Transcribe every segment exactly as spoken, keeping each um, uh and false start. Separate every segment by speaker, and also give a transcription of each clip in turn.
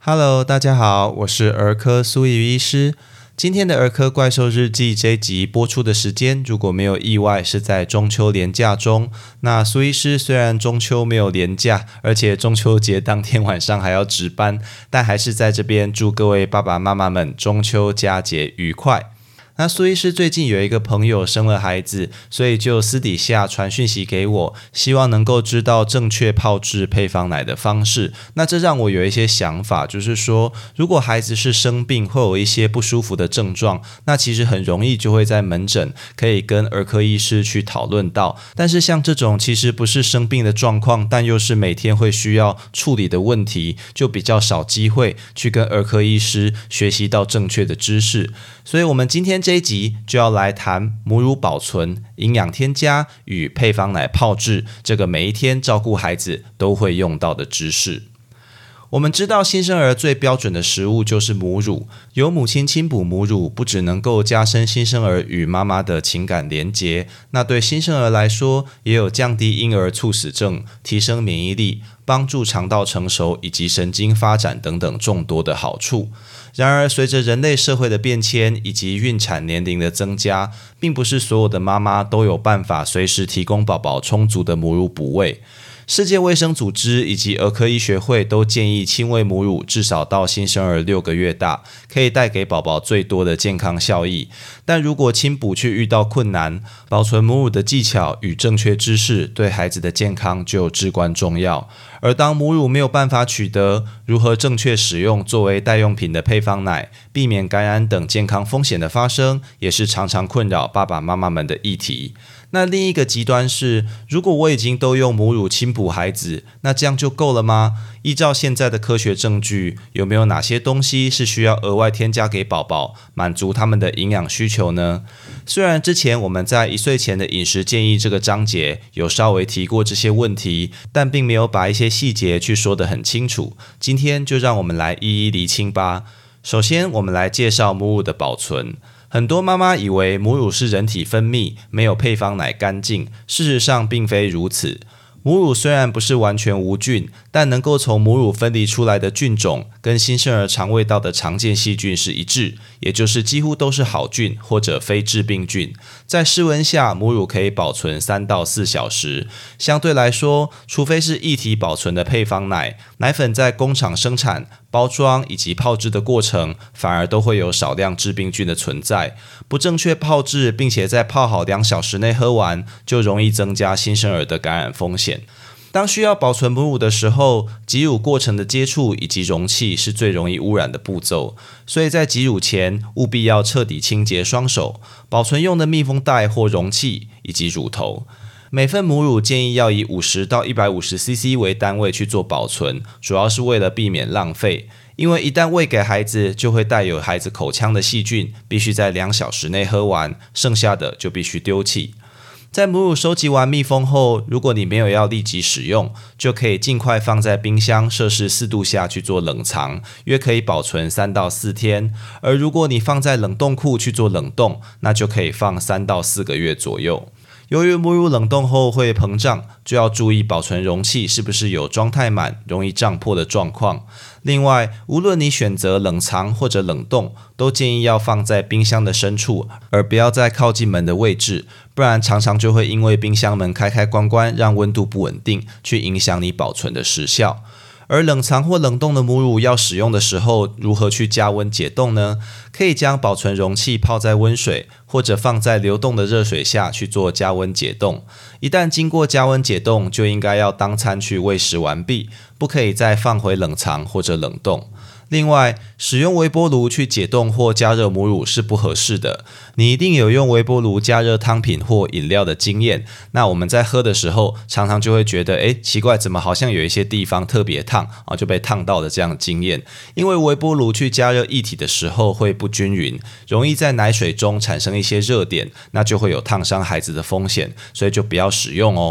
Speaker 1: Hello， 大家好，我是儿科苏怡医师。今天的儿科怪兽日记这一集播出的时间，如果没有意外，是在中秋连假中。那苏医师虽然中秋没有连假，而且中秋节当天晚上还要值班，但还是在这边祝各位爸爸妈妈们中秋佳节愉快。那苏医师最近有一个朋友生了孩子，所以就私底下传讯息给我，希望能够知道正确泡制配方奶的方式。那这让我有一些想法，就是说如果孩子是生病，会有一些不舒服的症状，那其实很容易就会在门诊可以跟儿科医师去讨论到。但是像这种其实不是生病的状况，但又是每天会需要处理的问题，就比较少机会去跟儿科医师学习到正确的知识。所以我们今天这一集就要来谈母乳保存、营养添加与配方奶泡制这个每一天照顾孩子都会用到的知识。我们知道新生儿最标准的食物就是母乳，由母亲亲哺母乳不只能够加深新生儿与妈妈的情感连结，那对新生儿来说也有降低婴儿猝死症、提升免疫力、帮助肠道成熟以及神经发展等等众多的好处。然而随着人类社会的变迁以及孕产年龄的增加，并不是所有的妈妈都有办法随时提供宝宝充足的母乳补喂。世界卫生组织以及儿科医学会都建议亲喂母乳至少到新生儿六个月大，可以带给宝宝最多的健康效益。但如果亲哺却遇到困难，保存母乳的技巧与正确知识对孩子的健康就至关重要。而当母乳没有办法取得，如何正确使用作为代用品的配方奶，避免感染等健康风险的发生，也是常常困扰爸爸妈妈们的议题。那另一个极端是，如果我已经都用母乳亲哺孩子，那这样就够了吗？依照现在的科学证据，有没有哪些东西是需要额外添加给宝宝，满足他们的营养需求呢？虽然之前我们在一岁前的饮食建议这个章节有稍微提过这些问题，但并没有把一些细节去说得很清楚。今天就让我们来一一厘清吧。首先，我们来介绍母乳的保存。很多妈妈以为母乳是人体分泌，没有配方奶干净，事实上并非如此。母乳虽然不是完全无菌，但能够从母乳分离出来的菌种跟新生儿肠胃道的常见细菌是一致，也就是几乎都是好菌或者非致病菌。在室温下，母乳可以保存三到四小时。相对来说，除非是液体保存的配方奶，奶粉在工厂生产、包装以及泡制的过程，反而都会有少量致病菌的存在。不正确泡制，并且在泡好两小时内喝完，就容易增加新生儿的感染风险。当需要保存母乳的时候，挤乳过程的接触以及容器是最容易污染的步骤，所以在挤乳前务必要彻底清洁双手、保存用的密封袋或容器以及乳头。每份母乳建议要以五十到一百五十 C C 为单位去做保存，主要是为了避免浪费。因为一旦喂给孩子，就会带有孩子口腔的细菌，必须在两小时内喝完，剩下的就必须丢弃。在母乳收集完密封后，如果你没有要立即使用，就可以尽快放在冰箱摄氏四度下去做冷藏，约可以保存三到四天。而如果你放在冷冻库去做冷冻，那就可以放三到四个月左右。由于母乳冷冻后会膨胀，就要注意保存容器是不是有装太满、容易胀破的状况。另外，无论你选择冷藏或者冷冻，都建议要放在冰箱的深处，而不要在靠近门的位置，不然常常就会因为冰箱门开开关关，让温度不稳定，去影响你保存的时效。而冷藏或冷冻的母乳要使用的时候，如何去加温解冻呢？可以将保存容器泡在温水，或者放在流动的热水下去做加温解冻。一旦经过加温解冻，就应该要当餐去喂食完毕，不可以再放回冷藏或者冷冻。另外，使用微波炉去解冻或加热母乳是不合适的。你一定有用微波炉加热汤品或饮料的经验，那我们在喝的时候，常常就会觉得，诶，奇怪，怎么好像有一些地方特别烫啊，就被烫到的这样的经验。因为微波炉去加热液体的时候会不均匀，容易在奶水中产生一些热点，那就会有烫伤孩子的风险，所以就不要使用哦。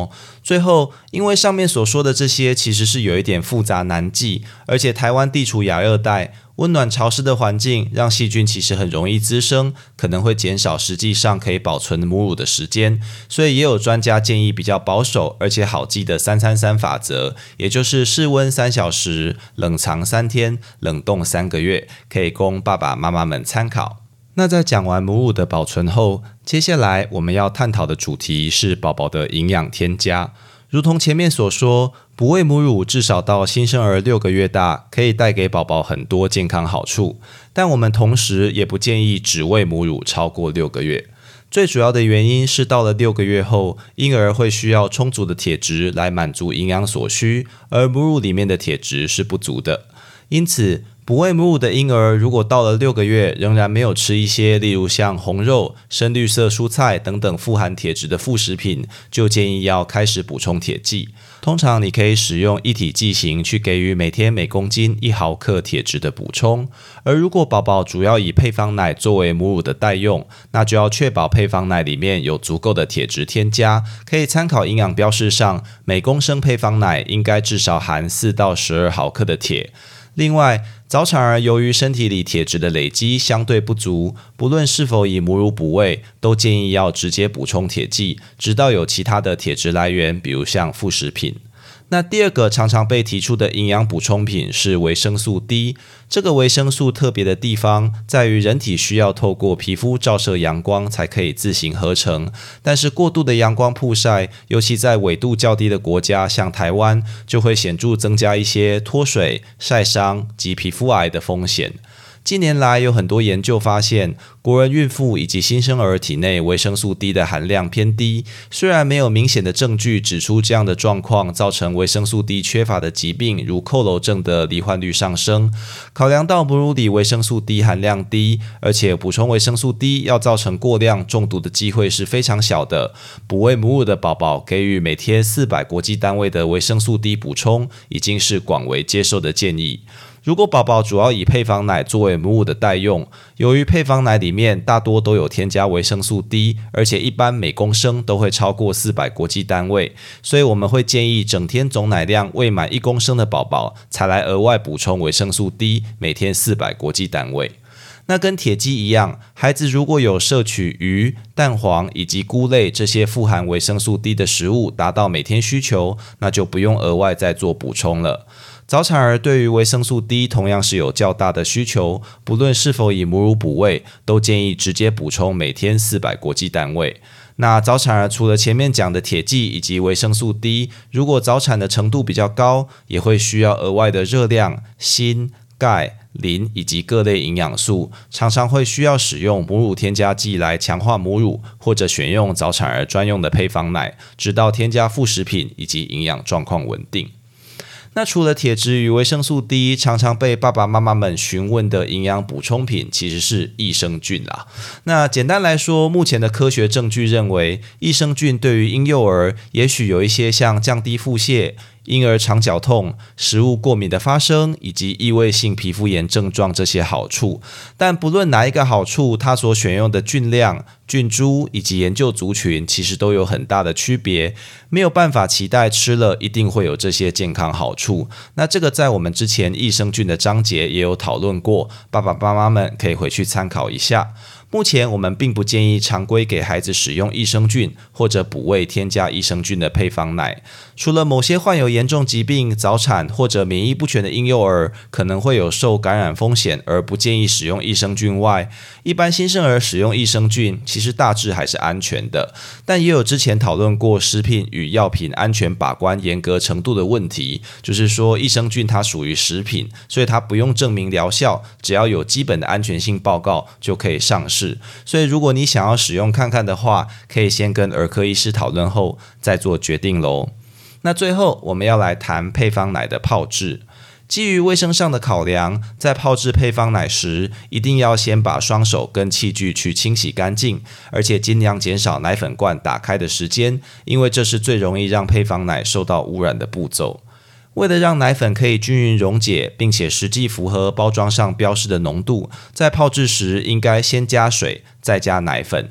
Speaker 1: 最后，因为上面所说的这些其实是有一点复杂难记，而且台湾地处亚热带，温暖潮湿的环境让细菌其实很容易滋生，可能会减少实际上可以保存母乳的时间，所以也有专家建议比较保守而且好记的三三三法则，也就是室温三小时、冷藏三天、冷冻三个月，可以供爸爸妈妈们参考。那在讲完母乳的保存后，接下来我们要探讨的主题是宝宝的营养添加。如同前面所说，哺喂母乳至少到新生儿六个月大，可以带给宝宝很多健康好处，但我们同时也不建议只喂母乳超过六个月。最主要的原因是到了六个月后，婴儿会需要充足的铁质来满足营养所需，而母乳里面的铁质是不足的。因此，哺喂母乳的婴儿如果到了六个月仍然没有吃一些例如像红肉、深绿色蔬菜等等富含铁质的副食品，就建议要开始补充铁剂。通常你可以使用一体剂型去给予每天每公斤一毫克铁质的补充。而如果宝宝主要以配方奶作为母乳的代用，那就要确保配方奶里面有足够的铁质添加，可以参考营养标示上，每公升配方奶应该至少含四到十二毫克的铁。另外，早产儿由于身体里铁质的累积相对不足，不论是否以母乳哺喂，都建议要直接补充铁剂，直到有其他的铁质来源，比如像副食品。那第二个常常被提出的营养补充品是维生素 D。 这个维生素特别的地方在于人体需要透过皮肤照射阳光才可以自行合成，但是过度的阳光曝晒，尤其在纬度较低的国家像台湾，就会显著增加一些脱水、晒伤及皮肤癌的风险。近年来有很多研究发现，国人孕妇以及新生儿体内维生素 D 的含量偏低，虽然没有明显的证据指出这样的状况造成维生素 D 缺乏的疾病如佝偻症的罹患率上升。考量到母乳里维生素 D 含量低，而且补充维生素 D 要造成过量中毒的机会是非常小的，哺喂母乳的宝宝给予每天四百国际单位的维生素 D 补充，已经是广为接受的建议。如果宝宝主要以配方奶作为母乳的代用，由于配方奶里面大多都有添加维生素 D， 而且一般每公升都会超过四百国际单位，所以我们会建议整天总奶量未满一公升的宝宝才来额外补充维生素 D， 每天四百国际单位。那跟铁剂一样，孩子如果有摄取鱼、蛋黄以及菇类这些富含维生素 D 的食物达到每天需求，那就不用额外再做补充了。早产儿对于维生素 D 同样是有较大的需求，不论是否以母乳哺喂，都建议直接补充每天四百国际单位。那早产儿除了前面讲的铁剂以及维生素 D， 如果早产的程度比较高，也会需要额外的热量、锌、钙、磷以及各类营养素，常常会需要使用母乳添加剂来强化母乳，或者选用早产儿专用的配方奶，直到添加副食品以及营养状况稳定。那除了铁质与维生素 D， 常常被爸爸妈妈们询问的营养补充品其实是益生菌啦。那简单来说，目前的科学证据认为，益生菌对于婴幼儿也许有一些像降低腹泻、婴儿肠绞痛、食物过敏的发生以及异位性皮肤炎症状这些好处，但不论哪一个好处，它所选用的菌量、菌株以及研究族群其实都有很大的区别，没有办法期待吃了一定会有这些健康好处。那这个在我们之前益生菌的章节也有讨论过，爸爸妈妈们可以回去参考一下。目前我们并不建议常规给孩子使用益生菌或者补喂添加益生菌的配方奶。除了某些患有严重疾病、早产或者免疫不全的婴幼儿可能会有受感染风险而不建议使用益生菌外，一般新生儿使用益生菌其实大致还是安全的。但也有之前讨论过食品与药品安全把关严格程度的问题，就是说益生菌它属于食品，所以它不用证明疗效，只要有基本的安全性报告就可以上市。所以如果你想要使用看看的话，可以先跟儿科医师讨论后再做决定咯。那最后我们要来谈配方奶的泡制。基于卫生上的考量，在泡制配方奶时，一定要先把双手跟器具去清洗干净，而且尽量减少奶粉罐打开的时间，因为这是最容易让配方奶受到污染的步骤。为了让奶粉可以均匀溶解，并且实际符合包装上标示的浓度，在泡制时应该先加水，再加奶粉。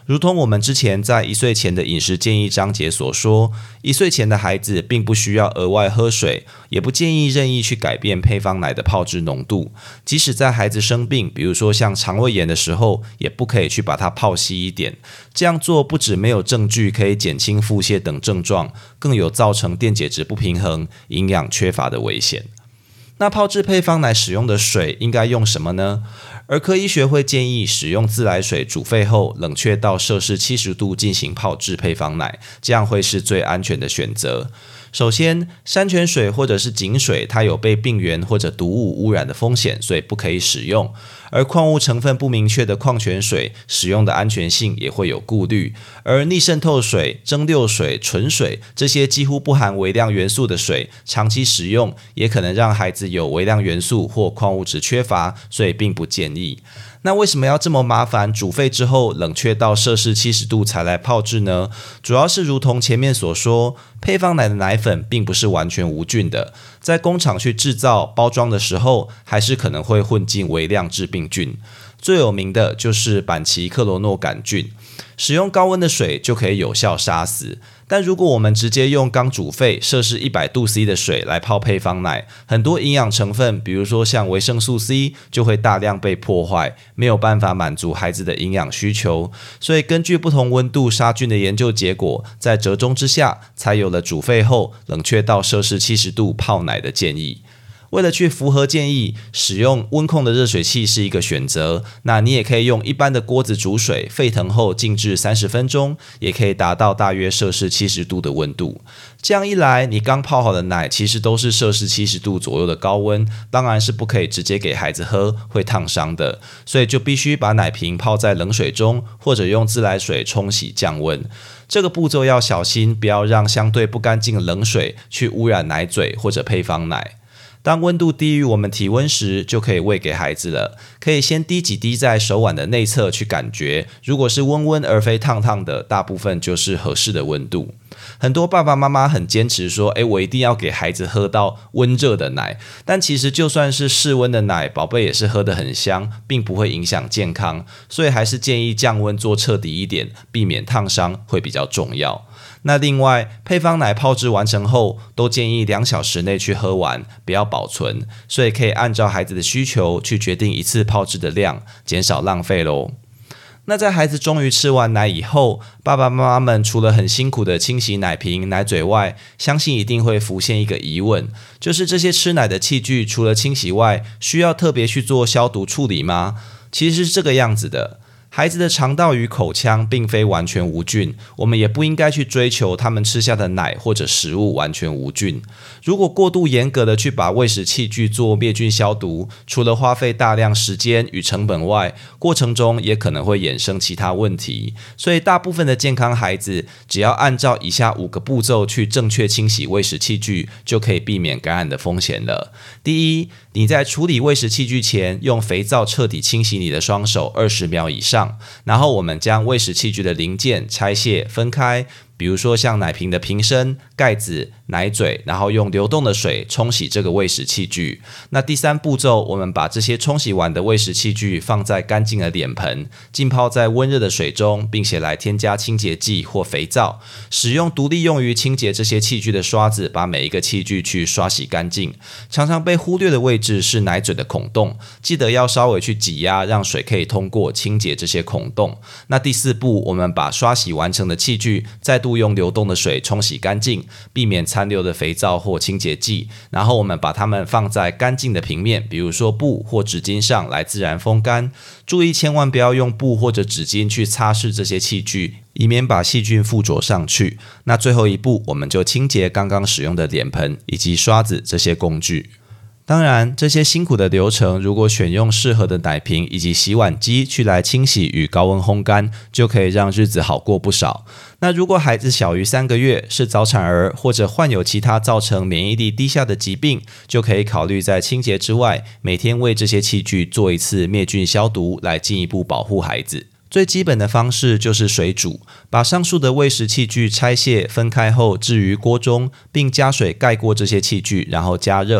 Speaker 1: 如同我们之前在一岁前的饮食建议章节所说，一岁前的孩子并不需要额外喝水，也不建议任意去改变配方奶的泡制浓度。即使在孩子生病，比如说像肠胃炎的时候，也不可以去把它泡稀一点。这样做不只没有证据可以减轻腹泻等症状，更有造成电解质不平衡、营养缺乏的危险。那泡制配方奶使用的水应该用什么呢？儿科医学会建议使用自来水煮沸后冷却到摄氏七十度进行泡制配方奶，这样会是最安全的选择。首先，山泉水或者是井水，它有被病原或者毒物污染的风险，所以不可以使用。而矿物成分不明确的矿泉水，使用的安全性也会有顾虑。而逆渗透水、蒸馏水、纯水这些几乎不含微量元素的水，长期使用也可能让孩子有微量元素或矿物质缺乏，所以并不建议。那为什么要这么麻烦，煮沸之后冷却到摄氏七十度才来泡制呢？主要是如同前面所说，配方奶的奶粉并不是完全无菌的，在工厂去制造包装的时候，还是可能会混进微量致病菌。最有名的就是板奇克罗诺杆菌，使用高温的水就可以有效杀死。但如果我们直接用刚煮沸摄氏一百度 C 的水来泡配方奶，很多营养成分，比如说像维生素 C， 就会大量被破坏，没有办法满足孩子的营养需求。所以根据不同温度杀菌的研究结果，在折中之下，才有了煮沸后冷却到摄氏七十度泡奶的建议。为了去符合建议，使用温控的热水器是一个选择。那你也可以用一般的锅子煮水，沸腾后静置三十分钟，也可以达到大约摄氏七十度的温度。这样一来，你刚泡好的奶其实都是摄氏七十度左右的高温，当然是不可以直接给孩子喝，会烫伤的。所以就必须把奶瓶泡在冷水中，或者用自来水冲洗降温。这个步骤要小心，不要让相对不干净的冷水去污染奶嘴或者配方奶。当温度低于我们体温时，就可以喂给孩子了。可以先滴几滴在手腕的内侧去感觉，如果是温温而非烫烫的，大部分就是合适的温度。很多爸爸妈妈很坚持说，诶，我一定要给孩子喝到温热的奶，但其实就算是室温的奶，宝贝也是喝得很香，并不会影响健康，所以还是建议降温做彻底一点，避免烫伤会比较重要。那另外，配方奶泡制完成后，都建议两小时内去喝完，不要保存，所以可以按照孩子的需求去决定一次泡制的量，减少浪费咯。那在孩子终于吃完奶以后，爸爸妈妈们除了很辛苦的清洗奶瓶、奶嘴外，相信一定会浮现一个疑问，就是这些吃奶的器具除了清洗外，需要特别去做消毒处理吗？其实是这个样子的。孩子的肠道与口腔并非完全无菌，我们也不应该去追求他们吃下的奶或者食物完全无菌。如果过度严格的去把喂食器具做灭菌消毒，除了花费大量时间与成本外，过程中也可能会衍生其他问题。所以大部分的健康孩子，只要按照以下五个步骤去正确清洗喂食器具，就可以避免感染的风险了。第一，你在处理喂食器具前，用肥皂彻底清洗你的双手二十秒以上。然后我们将喂食器具的零件拆卸分开，比如说像奶瓶的瓶身、盖子、奶嘴，然后用流动的水冲洗这个喂食器具。那第三步骤，我们把这些冲洗完的喂食器具放在干净的脸盆，浸泡在温热的水中，并且来添加清洁剂或肥皂，使用独立用于清洁这些器具的刷子，把每一个器具去刷洗干净。常常被忽略的位置是奶嘴的孔洞，记得要稍微去挤压，让水可以通过清洁这些孔洞。那第四步，我们把刷洗完成的器具再度用流动的水冲洗干净，避免残留的肥皂或清洁剂，然后我们把它们放在干净的平面，比如说布或纸巾上来自然风干。注意千万不要用布或者纸巾去擦拭这些器具，以免把细菌附着上去。那最后一步，我们就清洁刚刚使用的脸盆以及刷子这些工具。当然，这些辛苦的流程，如果选用适合的奶瓶以及洗碗机去来清洗与高温烘干，就可以让日子好过不少。那如果孩子小于三个月，是早产儿或者患有其他造成免疫力低下的疾病，就可以考虑在清洁之外，每天为这些器具做一次灭菌消毒，来进一步保护孩子。最基本的方式就是水煮，把上述的喂食器具拆卸分开后置于锅中，并加水盖过这些器具，然后加热。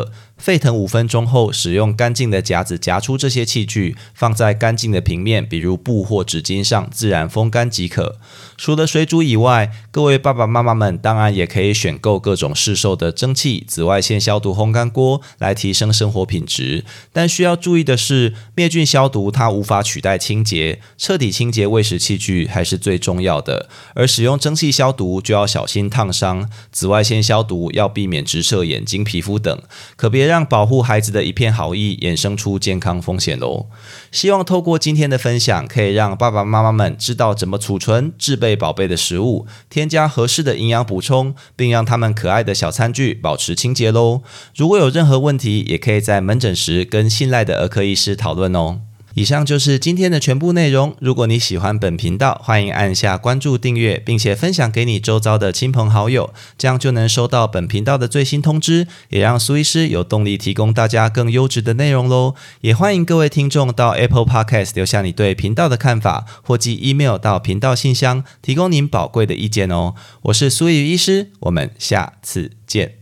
Speaker 1: 沸腾五分钟后，使用干净的夹子夹出这些器具，放在干净的平面，比如布或纸巾上，自然风干即可。除了水煮以外，各位爸爸妈妈们当然也可以选购各种市售的蒸汽、紫外线消毒烘干锅来提升生活品质。但需要注意的是，灭菌消毒它无法取代清洁，彻底清洁喂食器具还是最重要的。而使用蒸汽消毒就要小心烫伤，紫外线消毒要避免直射眼睛、皮肤等，可别让保护孩子的一片好意衍生出健康风险咯。希望透过今天的分享，可以让爸爸妈妈们知道怎么储存、制备宝贝的食物，添加合适的营养补充，并让他们可爱的小餐具保持清洁咯。如果有任何问题，也可以在门诊时跟信赖的儿科医师讨论哦。以上就是今天的全部内容。如果你喜欢本频道，欢迎按下关注订阅，并且分享给你周遭的亲朋好友，这样就能收到本频道的最新通知，也让苏医师有动力提供大家更优质的内容咯。也欢迎各位听众到 Apple Podcast 留下你对频道的看法，或寄 email 到频道信箱，提供您宝贵的意见哦。我是苏医医师，我们下次见。